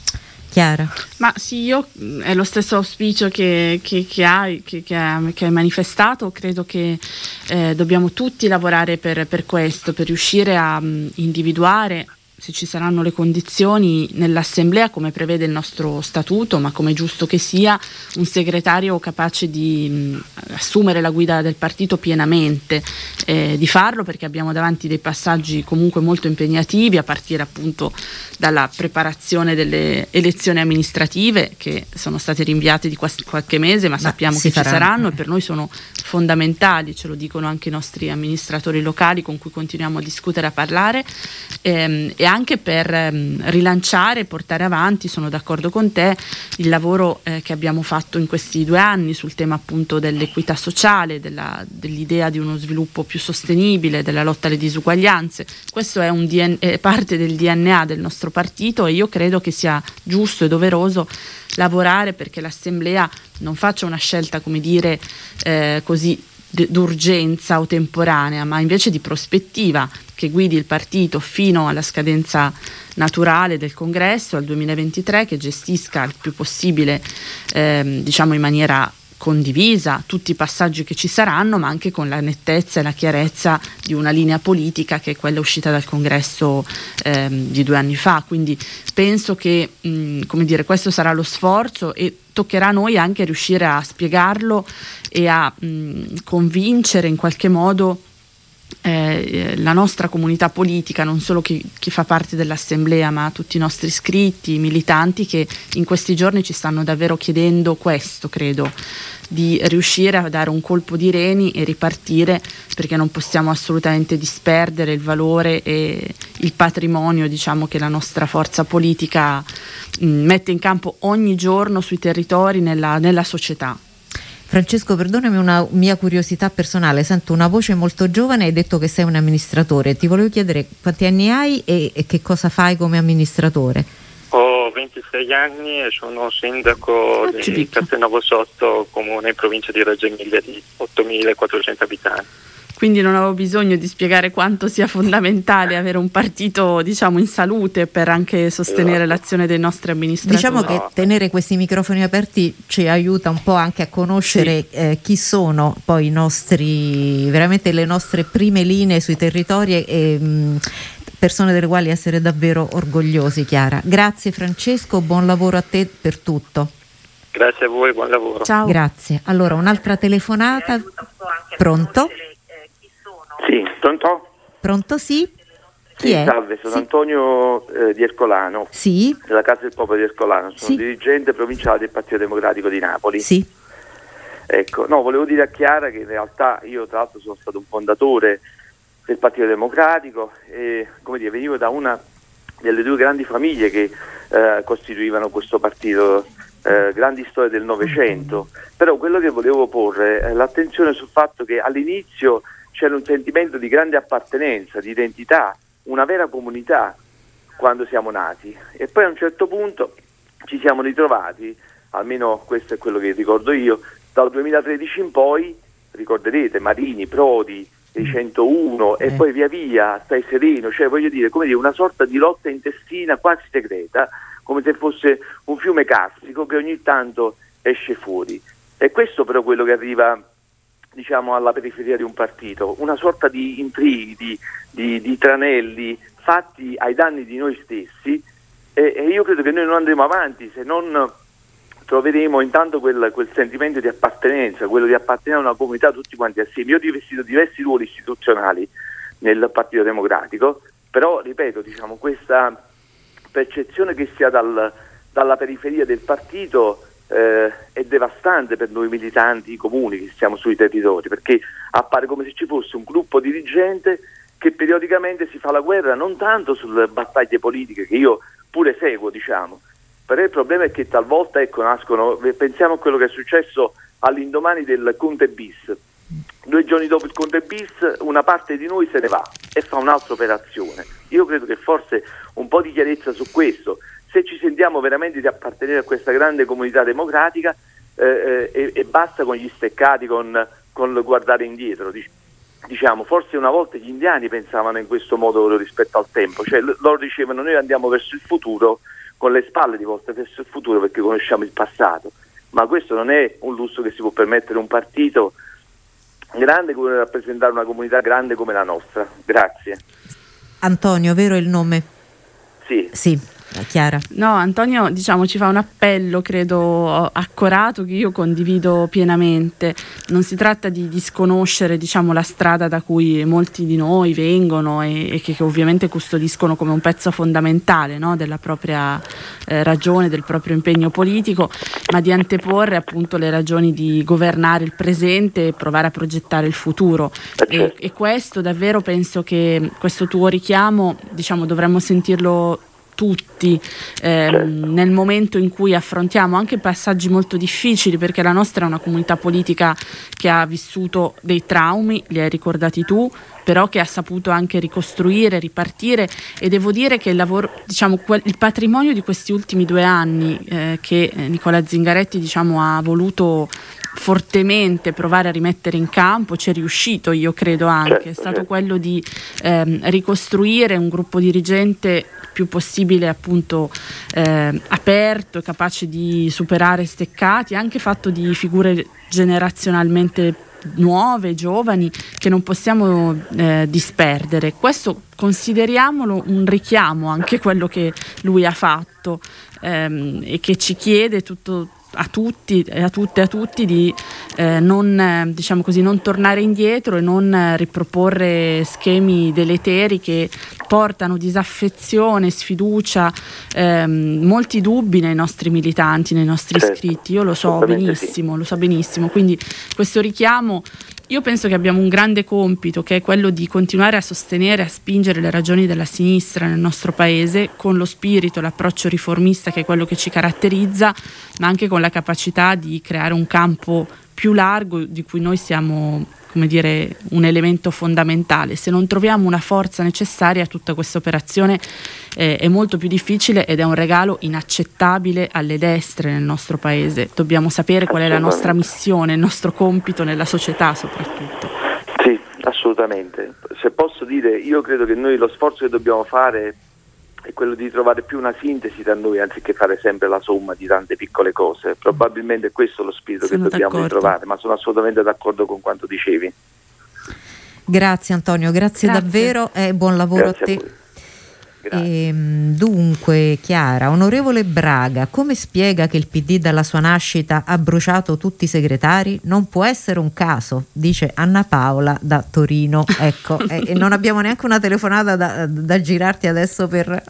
Chiara? Ma sì, io è lo stesso auspicio che, che, che, hai, che, che, hai, che hai manifestato. Credo che eh, dobbiamo tutti lavorare per, per questo, per riuscire a mh, individuare, se ci saranno le condizioni, nell'assemblea, come prevede il nostro statuto, ma come è giusto che sia, un segretario capace di mh, assumere la guida del partito pienamente, eh, di farlo, perché abbiamo davanti dei passaggi comunque molto impegnativi, a partire appunto dalla preparazione delle elezioni amministrative, che sono state rinviate di quasi qualche mese, ma, ma sappiamo che faranno. Ci saranno e per noi sono fondamentali, ce lo dicono anche i nostri amministratori locali con cui continuiamo a discutere, a parlare, ehm, e anche per ehm, rilanciare e portare avanti, sono d'accordo con te, il lavoro eh, che abbiamo fatto in questi due anni sul tema appunto dell'equità sociale, della, dell'idea di uno sviluppo più sostenibile, della lotta alle disuguaglianze. Questo è, un D N- è parte del D N A del nostro partito e io credo che sia giusto e doveroso lavorare perché l'Assemblea non faccia una scelta, come dire, eh, così d'urgenza o temporanea, ma invece di prospettiva, che guidi il partito fino alla scadenza naturale del congresso al duemilaventitré, che gestisca il più possibile ehm, diciamo in maniera condivisa tutti i passaggi che ci saranno, ma anche con la nettezza e la chiarezza di una linea politica che è quella uscita dal congresso ehm, di due anni fa. Quindi penso che mh, come dire, questo sarà lo sforzo e toccherà a noi anche riuscire a spiegarlo e a mh, convincere in qualche modo Eh, la nostra comunità politica, non solo chi, chi fa parte dell'assemblea, ma tutti i nostri iscritti, i militanti, che in questi giorni ci stanno davvero chiedendo questo, credo, di riuscire a dare un colpo di reni e ripartire, perché non possiamo assolutamente disperdere il valore e il patrimonio, diciamo, che la nostra forza politica mh, mette in campo ogni giorno sui territori, nella, nella società. Francesco, perdonami una mia curiosità personale, sento una voce molto giovane, hai detto che sei un amministratore, ti volevo chiedere quanti anni hai e, e che cosa fai come amministratore? Ho ventisei anni e sono sindaco ah, di Castelnuovo Sotto, comune in provincia di Reggio Emilia di ottomilaquattrocento abitanti. Quindi non avevo bisogno di spiegare quanto sia fondamentale avere un partito, diciamo, in salute per anche sostenere esatto. l'azione dei nostri amministratori. Diciamo che tenere questi microfoni aperti ci aiuta un po' anche a conoscere sì. eh, chi sono poi i nostri, veramente le nostre prime linee sui territori e mh, persone delle quali essere davvero orgogliosi. Chiara, grazie Francesco, buon lavoro a te per tutto. Grazie a voi, buon lavoro. Ciao. Grazie. Allora un'altra telefonata. Pronto? Sì, pronto? Pronto, sì? Chi sì, è? Salve, sono sì. Antonio eh, di Ercolano, sì. della Casa del Popolo di Ercolano, sono sì. dirigente provinciale del Partito Democratico di Napoli. Sì. Ecco, no, volevo dire a Chiara che in realtà io tra l'altro sono stato un fondatore del Partito Democratico e, come dire, venivo da una delle due grandi famiglie che eh, costituivano questo partito, eh, grandi storie del Novecento, però quello che volevo porre è l'attenzione sul fatto che all'inizio c'era un sentimento di grande appartenenza, di identità, una vera comunità quando siamo nati e poi a un certo punto ci siamo ritrovati, almeno questo è quello che ricordo io, dal duemilatredici in poi, ricorderete Marini, Prodi, i centouno e poi via via, Stai Sereno, cioè voglio dire, come dire, una sorta di lotta intestina quasi segreta, come se fosse un fiume carsico che ogni tanto esce fuori. E questo però quello che arriva, diciamo, alla periferia di un partito, una sorta di intrighi, di, di, di tranelli fatti ai danni di noi stessi e, e io credo che noi non andremo avanti se non troveremo intanto quel, quel sentimento di appartenenza, quello di appartenere a una comunità tutti quanti assieme. Io ho rivestito diversi ruoli istituzionali nel Partito Democratico, però ripeto, diciamo, questa percezione che sia dal, dalla periferia del partito Eh, è devastante per noi militanti comuni che siamo sui territori, perché appare come se ci fosse un gruppo dirigente che periodicamente si fa la guerra non tanto sulle battaglie politiche che io pure seguo, diciamo, però il problema è che talvolta, ecco, nascono, pensiamo a quello che è successo all'indomani del Conte bis, due giorni dopo il Conte bis una parte di noi se ne va e fa un'altra operazione. Io credo che forse un po' di chiarezza su questo, se ci sentiamo veramente di appartenere a questa grande comunità democratica eh, eh, e basta con gli steccati, con, con il guardare indietro, diciamo, forse una volta gli indiani pensavano in questo modo rispetto al tempo, cioè loro dicevano noi andiamo verso il futuro, con le spalle rivolte verso il futuro perché conosciamo il passato, ma questo non è un lusso che si può permettere un partito grande come rappresentare una comunità grande come la nostra. Grazie. Antonio, vero il nome? Sì. Sì. Chiara. No, Antonio diciamo ci fa un appello credo accorato che io condivido pienamente. Non si tratta di disconoscere diciamo la strada da cui molti di noi vengono e, e che, che ovviamente custodiscono come un pezzo fondamentale, no, della propria eh, ragione, del proprio impegno politico, ma di anteporre appunto le ragioni di governare il presente e provare a progettare il futuro. E, e questo davvero penso che questo tuo richiamo diciamo dovremmo sentirlo tutti ehm, nel momento in cui affrontiamo anche passaggi molto difficili, perché la nostra è una comunità politica che ha vissuto dei traumi, li hai ricordati tu, però che ha saputo anche ricostruire, ripartire, e devo dire che il lavoro, diciamo, quel, il patrimonio di questi ultimi due anni eh, che Nicola Zingaretti diciamo ha voluto fortemente provare a rimettere in campo, ci è riuscito, io credo anche, certo, è stato certo. quello di ehm, ricostruire un gruppo dirigente più possibile appunto eh, aperto, capace di superare steccati, anche fatto di figure generazionalmente nuove, giovani, che non possiamo eh, disperdere. Questo consideriamolo un richiamo anche quello che lui ha fatto ehm, e che ci chiede tutto a tutti e a tutte e a tutti di eh, non eh, diciamo così non tornare indietro e non eh, riproporre schemi deleteri che portano disaffezione, sfiducia, ehm, molti dubbi nei nostri militanti, nei nostri certo, iscritti. Io lo so benissimo, sì. lo so benissimo, quindi questo richiamo. Io penso che abbiamo un grande compito, che è quello di continuare a sostenere, a spingere le ragioni della sinistra nel nostro paese, con lo spirito, l'approccio riformista che è quello che ci caratterizza, ma anche con la capacità di creare un campo più largo di cui noi siamo, come dire, un elemento fondamentale. Se non troviamo una forza necessaria, tutta questa operazione eh, è molto più difficile ed è un regalo inaccettabile alle destre nel nostro paese. Dobbiamo sapere qual è la nostra missione, il nostro compito nella società soprattutto. Sì, assolutamente. Se posso dire, io credo che noi lo sforzo che dobbiamo fare è quello di trovare più una sintesi tra noi anziché fare sempre la somma di tante piccole cose. Probabilmente è questo lo spirito sono che dobbiamo d'accordo. ritrovare, ma sono assolutamente d'accordo con quanto dicevi. Grazie Antonio, grazie, grazie. davvero e buon lavoro grazie a te. A E, dunque Chiara, onorevole Braga, come spiega che il P D dalla sua nascita ha bruciato tutti i segretari? Non può essere un caso, dice Anna Paola da Torino. Ecco, e, e non abbiamo neanche una telefonata da, da girarti adesso per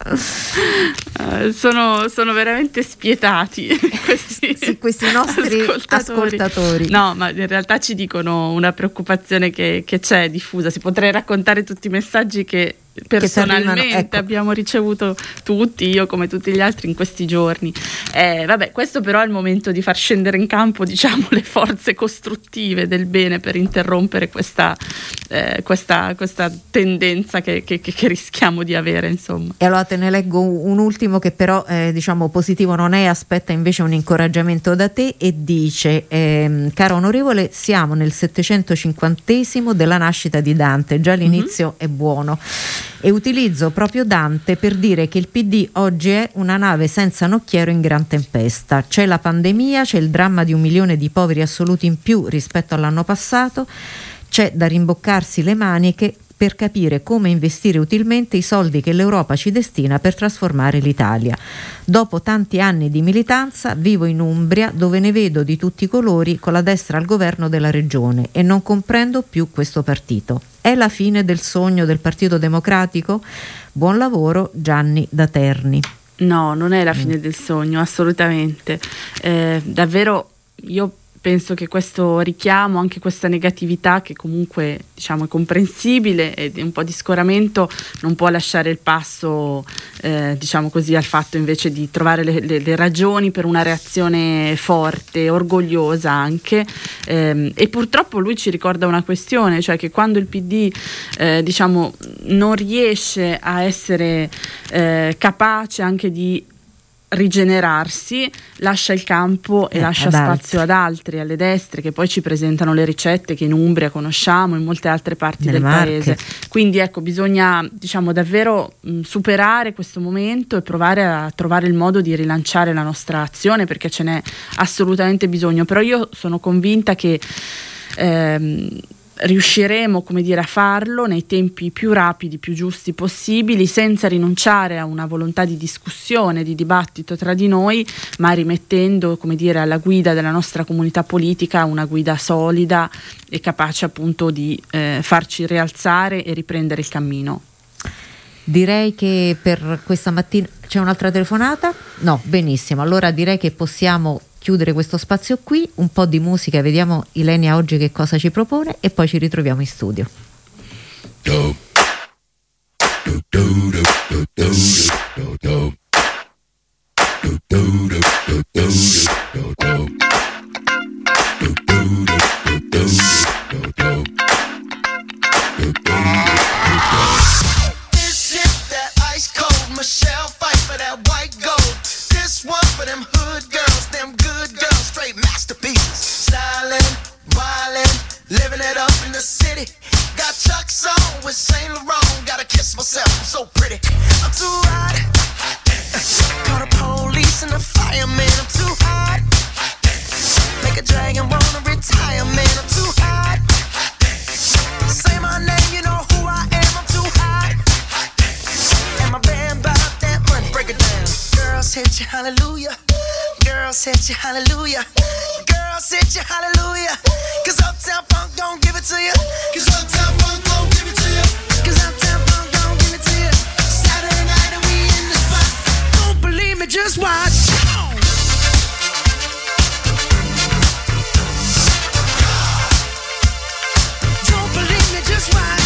uh, sono, sono veramente spietati questi, sì, questi nostri ascoltatori. ascoltatori No, ma in realtà ci dicono una preoccupazione che, che c'è diffusa. Si potrei raccontare tutti i messaggi che personalmente che ecco. abbiamo ricevuto tutti, io come tutti gli altri in questi giorni. Eh, vabbè, questo però è il momento di far scendere in campo, diciamo, le forze costruttive del bene per interrompere questa, eh, questa, questa tendenza che, che, che rischiamo di avere, insomma. E allora te ne leggo un ultimo che però eh, diciamo positivo non è, aspetta invece un incoraggiamento da te e dice ehm, caro onorevole, siamo nel settecentocinquantesimo della nascita di Dante, già l'inizio mm-hmm. è buono. E utilizzo proprio Dante per dire che il P D oggi è una nave senza nocchiero in gran tempesta. C'è la pandemia, c'è il dramma di un milione di poveri assoluti in più rispetto all'anno passato, c'è da rimboccarsi le maniche per capire come investire utilmente i soldi che l'Europa ci destina per trasformare l'Italia. Dopo tanti anni di militanza vivo in Umbria, dove ne vedo di tutti i colori con la destra al governo della regione e non comprendo più questo partito. È la fine del sogno del Partito Democratico? Buon lavoro, Gianni da Terni. No, non è la fine mm. del sogno, assolutamente. Eh, davvero io penso che questo richiamo, anche questa negatività che comunque diciamo è comprensibile e un po' di scoramento, non può lasciare il passo eh, diciamo così al fatto invece di trovare le, le, le ragioni per una reazione forte, orgogliosa anche, ehm, e purtroppo lui ci ricorda una questione, cioè che quando il P D eh, diciamo non riesce a essere eh, capace anche di rigenerarsi, lascia il campo e eh, lascia ad spazio ad altri, alle destre, che poi ci presentano le ricette che in Umbria conosciamo, in molte altre parti Nelle del Marche. paese. Quindi ecco, bisogna diciamo davvero mh, superare questo momento e provare a trovare il modo di rilanciare la nostra azione, perché ce n'è assolutamente bisogno. Però io sono convinta che ehm, riusciremo, come dire, a farlo nei tempi più rapidi, più giusti possibili, senza rinunciare a una volontà di discussione, di dibattito tra di noi, ma rimettendo, come dire, alla guida della nostra comunità politica una guida solida e capace appunto di eh, farci rialzare e riprendere il cammino. Direi che per questa mattina c'è un'altra telefonata? No, benissimo, allora direi che possiamo chiudere questo spazio qui, un po' di musica, vediamo Ilenia oggi che cosa ci propone e poi ci ritroviamo in studio. This hit that ice cold Michelle fight for that white gold. This one for them hood girls, them good girls, straight masterpieces. Stylin', wildin', living it up in the city. Got Chuck's on with Saint Laurent. Gotta kiss myself, I'm so pretty. I'm too hot. Call the police and the fireman. I'm too hot. Make a dragon wanna retire, man. I'm too hot. Say my name, you know who I am. I'm too hot. And my band bought that money. Break it down. Girls hit you, hallelujah. Girls hit you, hallelujah. Girls hit you, hallelujah. Cause Uptown Funk don't give it to you. Cause Uptown Funk don't give it to you. Cause Uptown Funk don't give it to you. Saturday night and we in the spot. Don't believe me, just watch. Don't believe me, just watch.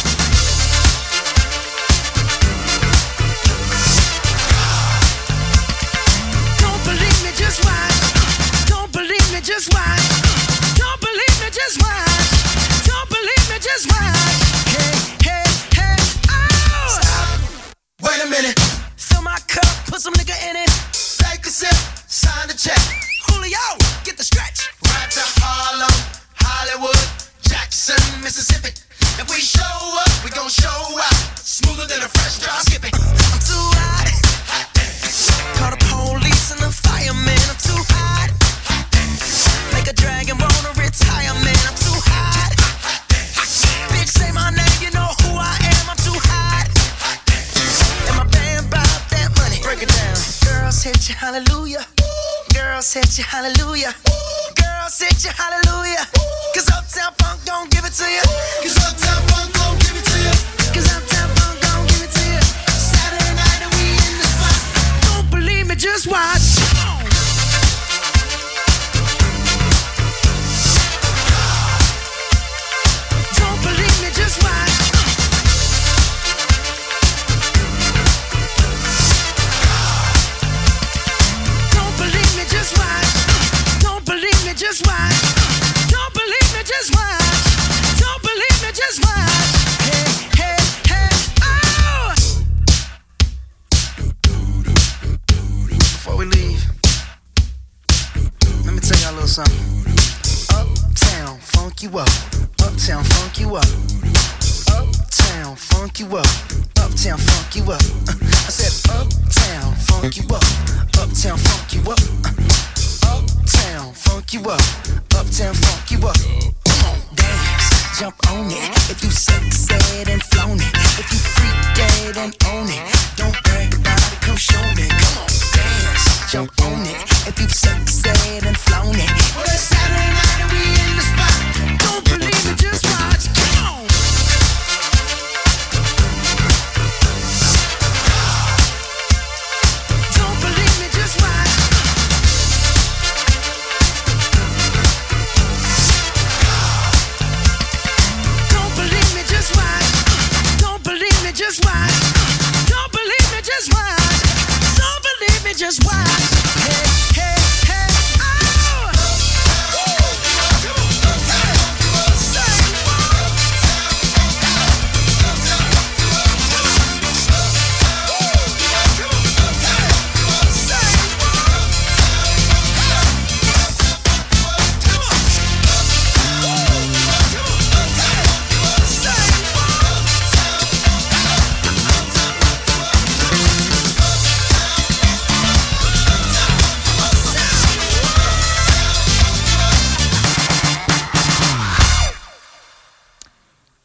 Don't believe me, just watch. Don't believe me, just watch. Don't believe me, just watch. Don't believe me, just watch. Hey, hey, hey, oh! Stop. Wait a minute. Fill my cup, put some nigga in it. Take a sip, sign the check. Julio, get the stretch. Right to Harlem, Hollywood, Jackson, Mississippi. If we show up, we gon' show out. Smoother than a fresh drop skipping. I'm too hot. Call the police and the fireman. I'm too hot. Make a dragon wanna retire, man. I'm too hot. Bitch, say my name, you know who I am. I'm too hot. And my band bought that money. Break it down. Girls hit you, hallelujah. Girls hit you, hallelujah. Girls hit you, hallelujah. Cause Uptown Funk don't give it to you. Cause Uptown Funk don't give it to you. Cause Uptown Funk don't give it to you. Saturday night and we in the spot. Don't believe me, just watch. Don't believe me, just watch. Don't believe me, just watch. Don't believe me, just watch. Don't believe me, just watch. Don't believe me, just watch. Hey, hey, hey, oh! Before we leave, let me tell y'all a little something. Uptown, funk you up. Uptown, funk you up. Uptown, funk you up. Uptown, funk you up. I said uptown, funk you up. Uptown, funk you up. Uptown, funk you up. Uptown, funk you up. Come on, dance, jump on it. If you sexed and flown it. If you freak dead and own it. Don't brag about it, come show me. Come on, dance, jump on it. If you sexed and flown it. Well, it's Saturday night and we in the spot. Don't believe it, just watch. Come on. Don't believe me, just watch. Don't believe me, just watch. Don't believe me, just watch. Don't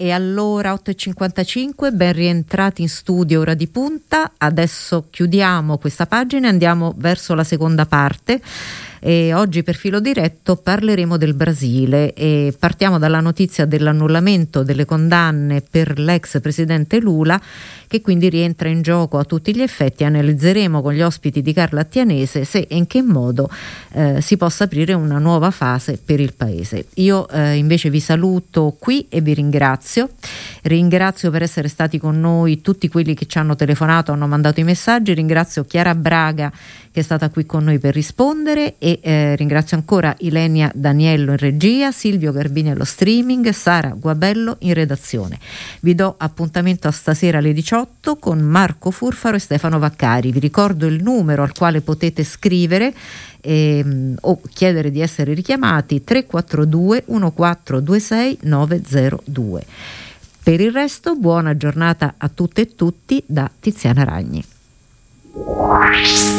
E allora otto e cinquantacinque, ben rientrati in studio Ora di Punta. Adesso chiudiamo questa pagina e andiamo verso la seconda parte. E oggi per filo diretto parleremo del Brasile e partiamo dalla notizia dell'annullamento delle condanne per l'ex presidente Lula, che quindi rientra in gioco a tutti gli effetti. Analizzeremo con gli ospiti di Carla Attianese se e in che modo eh, si possa aprire una nuova fase per il paese. Io eh, invece vi saluto qui e vi ringrazio. Ringrazio per essere stati con noi tutti quelli che ci hanno telefonato, hanno mandato i messaggi. Ringrazio Chiara Braga che è stata qui con noi per rispondere e eh, ringrazio ancora Ilenia Daniello in regia, Silvio Garbini allo streaming, Sara Guabello in redazione. Vi do appuntamento a stasera alle diciotto con Marco Furfaro e Stefano Vaccari. Vi ricordo il numero al quale potete scrivere ehm, o chiedere di essere richiamati: tre quattro due uno quattro due sei nove zero due. Per il resto, buona giornata a tutte e tutti da Tiziana Ragni.